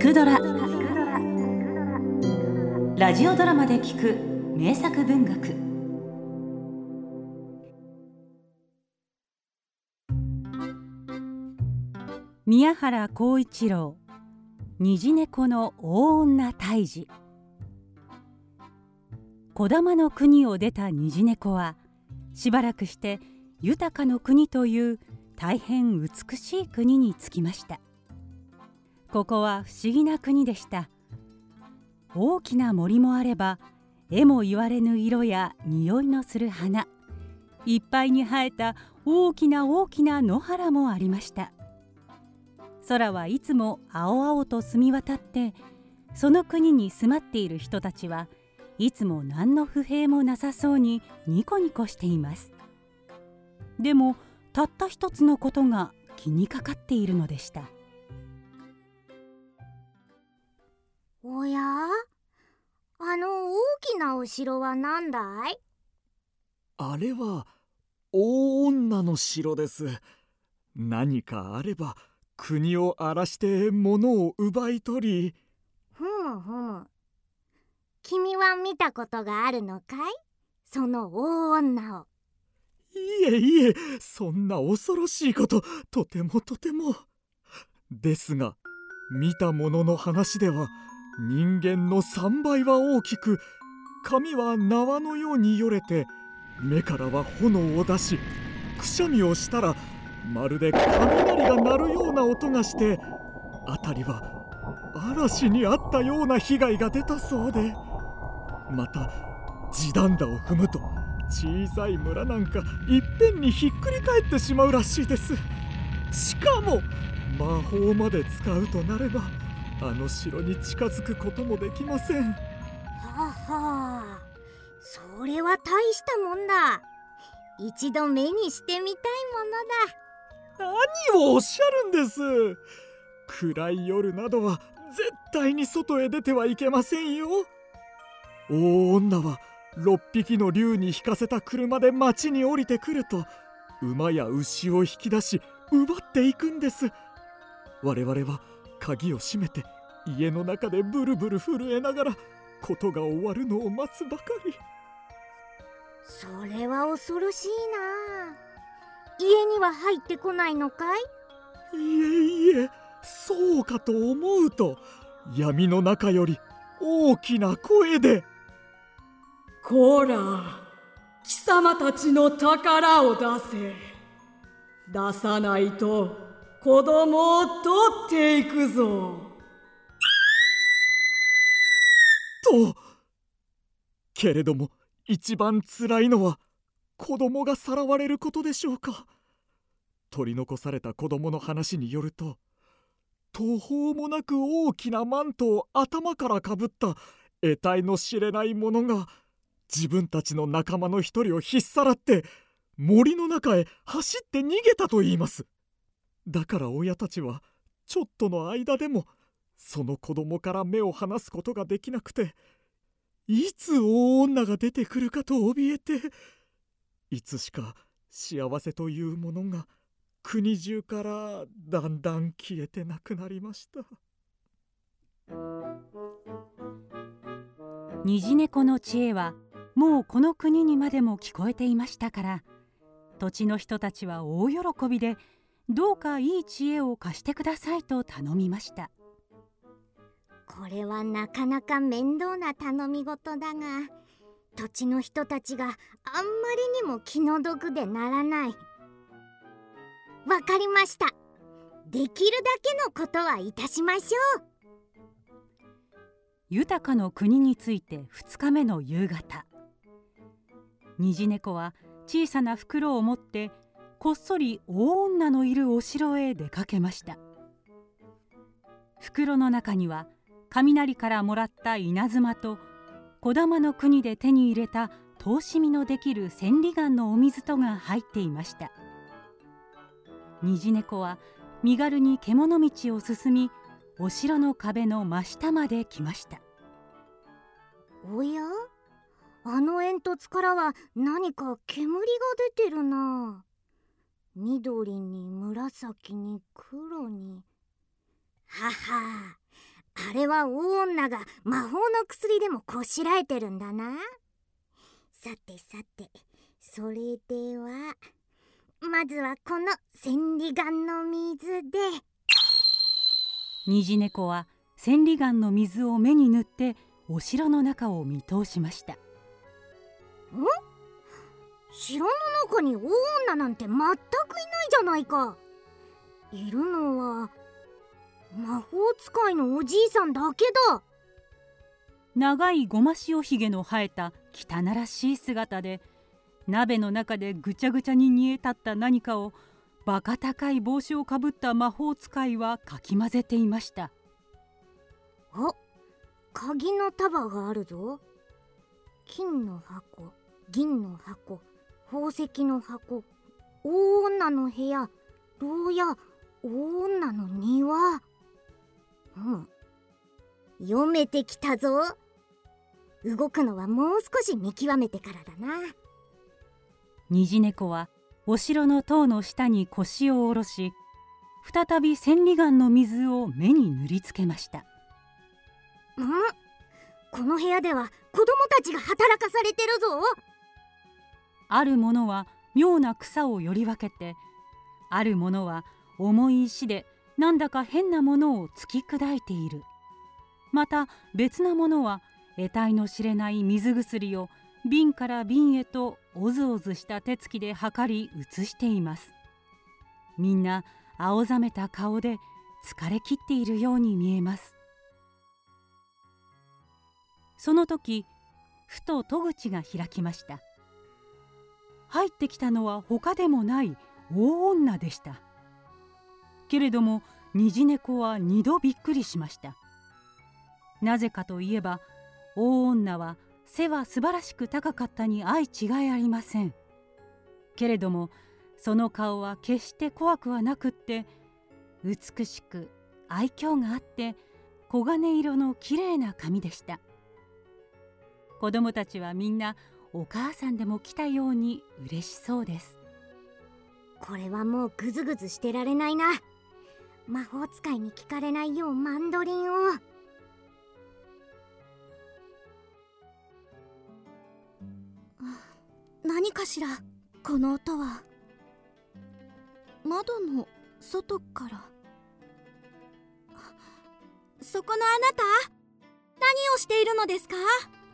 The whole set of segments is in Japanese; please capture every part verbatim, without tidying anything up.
くドラ」ラジオドラマで聞く名作文学。宮原浩一郎、虹猫の大女退治。児玉の国を出た虹猫はしばらくして豊かの国という大変美しい国に着きました。ここは不思議な国でした。大きな森もあれば、絵も言われぬ色や匂いのする花、いっぱいに生えた大きな大きな野原もありました。空はいつも青々と澄み渡って、その国に住まっている人たちはいつも何の不平もなさそうにニコニコしています。でもたった一つのことが気にかかっているのでした。 おや、あの大きなお城は何だい？ あれは大女の城です。何かあれば国を荒らして物を奪い取り。 ふむふむ。君は見たことがあるのかい？その大女を。 いえいえ、そんな恐ろしいこと、とてもとても。ですが、見たものの話では、人間のさんばいは大きく、髪は縄のようによれて、目からは炎を出し、くしゃみをしたらまるで雷が鳴るような音がして、辺りは嵐にあったような被害が出たそうで、また地団駄を踏むと小さい村なんかいっぺんにひっくり返ってしまうらしいです。しかも魔法まで使うとなれば、あの城に近づくこともできません。はあはあ、それは大したもんだ。一度目にしてみたいものだ。 何をおっしゃるんです。暗い夜などは絶対に外へ出てはいけませんよ。大女はろっぴきの竜に引かせた車で町に降りてくると、馬や牛を引き出し奪っていくんです。我々は鍵を閉めて家の中でブルブル震えながらことが終わるのを待つばかり。 それは恐ろしいな。家には入ってこないのかい？ いえいえ、そうかと思うと、闇の中より大きな声で、 こら、貴様たちの宝を出せ。出さないと子供を取っていくぞ。 と、けれども一番つらいのは子供がさらわれることでしょうか。取り残された子供の話によると、途方もなく大きなマントを頭からかぶった得体の知れない者が自分たちの仲間の一人を引っさらって森の中へ走って逃げたと言います。だから親たちはちょっとの間でもその子供から目を離すことができなくて、いつ大女が出てくるかと怯えて、いつしか幸せというものが国中からだんだん消えてなくなりました。 虹猫の知恵はもうこの国にまでも聞こえていましたから、土地の人たちは大喜びで、どうかいい知恵を貸してくださいと頼みました。 これはなかなか面倒な頼み事だが、土地の人たちがあんまりにも気の毒でならない。わかりました。できるだけのことはいたしましょう。 豊かの国についてふつかめの夕方、虹猫は小さな袋を持ってこっそり大女のいるお城へ出かけました。袋の中には雷からもらった稲妻と児玉の国で手に入れた通しみのできる千里眼のお水とが入っていました。虹猫は身軽に獣道を進み、お城の壁の真下まで来ました。 おや、あの煙突からは何か煙が出てるな。緑に紫に黒に。はは、 あれは大女が魔法の薬でもこしらえてるんだな。さてさて、それではまずはこの千里眼の水で。 虹猫は千里眼の水を目に塗ってお城の中を見通しました。 ん？城の中に大女なんて全くいないじゃないか。いるのは魔法使いのおじいさんだけだ。 長いごま塩ひげの生えた汚らしい姿で、鍋の中でぐちゃぐちゃに煮え立った何かをバカ高い帽子をかぶった魔法使いはかき混ぜていました。 あ、鍵の束があるぞ。金の箱、銀の箱、宝石の箱、大女の部屋、牢屋、大女の庭。うん、読めてきたぞ。動くのはもう少し見極めてからだな。 虹猫はお城の塔の下に腰を下ろし、再び千里眼の水を目に塗りつけました。 ん？この部屋では子供たちが働かされてるぞ。 あるものは妙な草をより分けて、あるものは重い石でなんだか変なものを突き砕いている。また別なものは得体の知れない水薬を瓶から瓶へとおずおずした手つきで測り移しています。みんな青ざめた顔で疲れ切っているように見えます。その時、ふと戸口が開きました。入ってきたのは他でもない大女でした。けれども虹猫は二度びっくりしました。なぜかといえば、大女は背は素晴らしく高かったに相違いありません。けれどもその顔は決して怖くはなくって、美しく愛嬌があって黄金色のきれいな髪でした。子供たちはみんなお母さんでも来たように嬉しそうです。 これはもうグズグズしてられないな。魔法使いに聞かれないようマンドリンを。 何かしら、この音は。窓の外から。そこのあなた、何をしているのですか？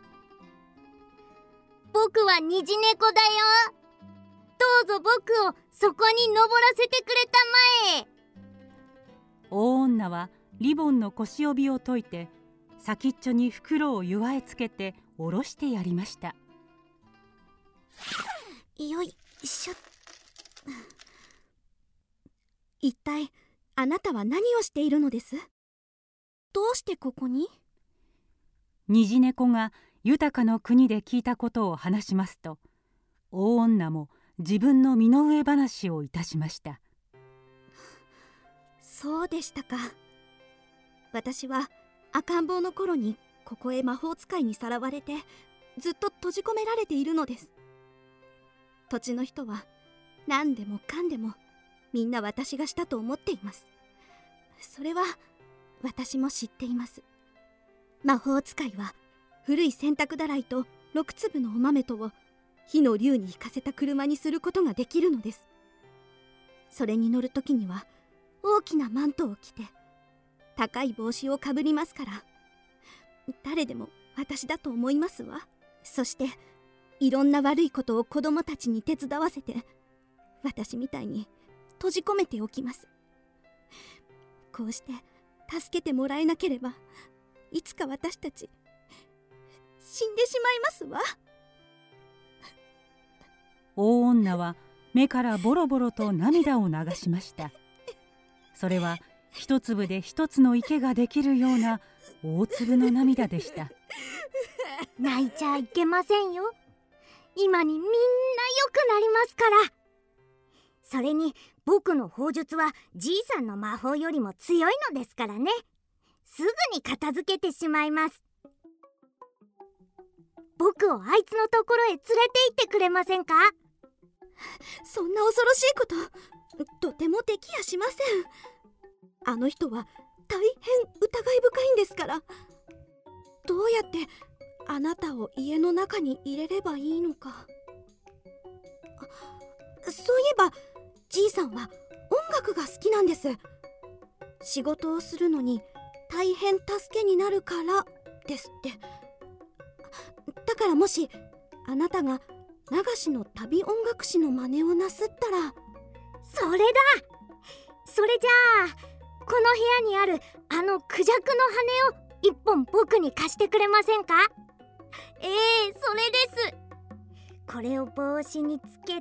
僕は虹猫だよ。どうぞ僕をそこに登らせてくれたまえ。 大女はリボンの腰帯を解いて、先っちょに袋を結わえつけて下ろしてやりました。 よいしょ。一体あなたは何をしているのです？どうしてここに？ 虹猫が豊かの国で聞いたことを話しますと、大女も自分の身の上話をいたしました。 そうでしたか。私は赤ん坊の頃にここへ魔法使いにさらわれて、ずっと閉じ込められているのです。土地の人は何でもかんでもみんな私がしたと思っています。それは私も知っています。魔法使いは古い洗濯だらいとろくつぶのお豆とを火の竜に引かせた車にすることができるのです。それに乗るときには大きなマントを着て高い帽子をかぶりますから、誰でも私だと思いますわ。そしていろんな悪いことを子供たちに手伝わせて、私みたいに閉じ込めておきます。こうして助けてもらえなければ、いつか私たち死んでしまいますわ。 大女は目からボロボロと涙を流しました。それは一粒で一つの池ができるような大粒の涙でした。 泣いちゃいけませんよ。今にみんな良くなりますから。それに僕の砲術はじいさんの魔法よりも強いのですからね。すぐに片付けてしまいます。僕をあいつのところへ連れて行ってくれませんか？ そんな恐ろしいこと、とてもできやしません。あの人は大変深いんですから。どうやってあなたを家の中に入れればいいのか。あ、そういえばじいさんは音楽が好きなんです。仕事をするのに大変助けになるからですって。だからもしあなたが流しの旅音楽師の真似をなすったら。 それだ。それじゃあこの部屋にあるあのクジャクの羽を一本僕に貸してくれませんか？ええー、それです。これを帽子につけて、ど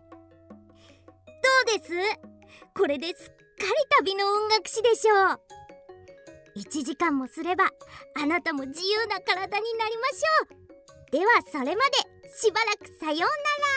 うです？これですっかり旅の音楽師でしょう。いちじかんもすればあなたも自由な体になりましょう。ではそれまでしばらくさようなら。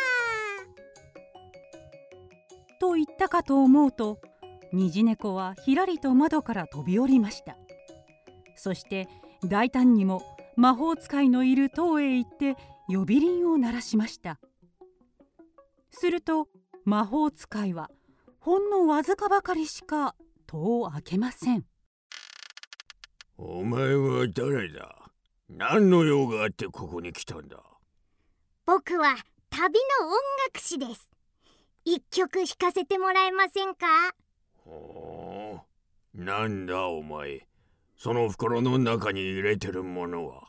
と言ったかと思うと、虹猫はひらりと窓から飛び降りました。そして大胆にも魔法使いのいる塔へ行って呼び鈴を鳴らしました。すると魔法使いはほんのわずかばかりしか戸を開けません。 お前は誰だ？何の用があってここに来たんだ？ 僕は旅の音楽師です。一曲弾かせてもらえませんか？ ほう、なんだお前、その袋の中に入れてるものは。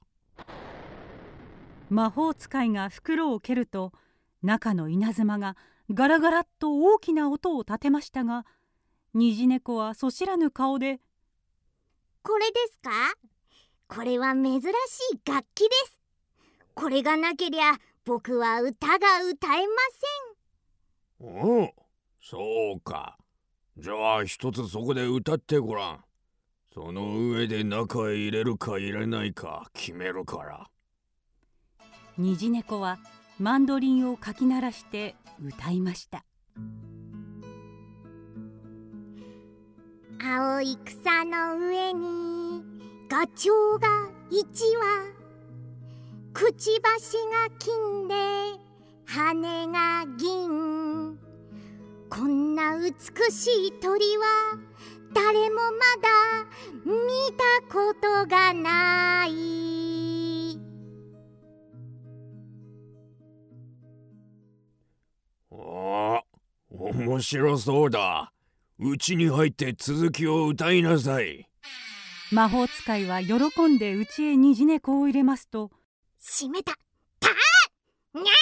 魔法使いが袋を蹴ると、中の稲妻がガラガラっと大きな音を立てましたが、虹猫はそしらぬ顔で、 これですか？これは珍しい楽器です。これがなけりゃ僕は歌が歌えません。おう、そうか。じゃあ一つそこで歌ってごらん。その上で中へ入れるか入れないか決めるから。 虹猫はマンドリンをかき鳴らして歌いました。 青い草の上にガチョウが一羽、くちばしが金で羽が銀。こんな美しい鳥は誰もまだ見たことがない。 ああ、面白そうだ。うちに入って続きを歌いなさい。 魔法使いは喜んで家へ虹猫を入れますと、 閉めた。たーにゃ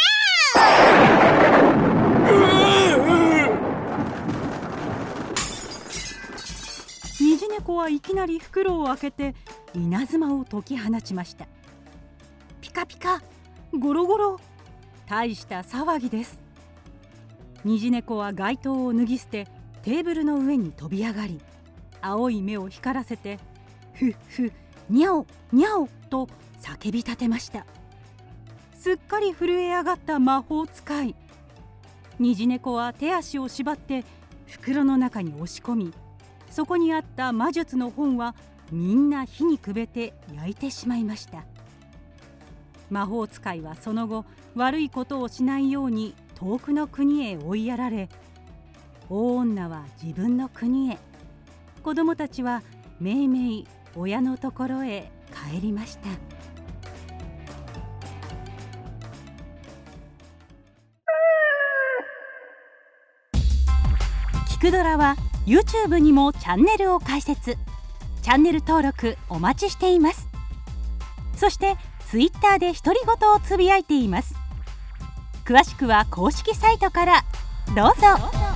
虹猫はいきなり袋を開けて稲妻を解き放ちました。ピカピカ、ゴロゴロ、大した騒ぎです。虹猫は街灯を脱ぎ捨てテーブルの上に飛び上がり、青い目を光らせてふっふ、にゃおにゃおと叫び立てました。すっかり震え上がった魔法使い。虹猫は手足を縛って袋の中に押し込み、そこにあった魔術の本はみんな火にくべて焼いてしまいました。魔法使いはその後悪いことをしないように遠くの国へ追いやられ、大女は自分の国へ、子供たちはめいめい親のところへ帰りました。キクドラは YouTube にもチャンネルを開設。チャンネル登録お待ちしています。そして Twitter で独り言をつぶやいています。詳しくは公式サイトからどうぞ。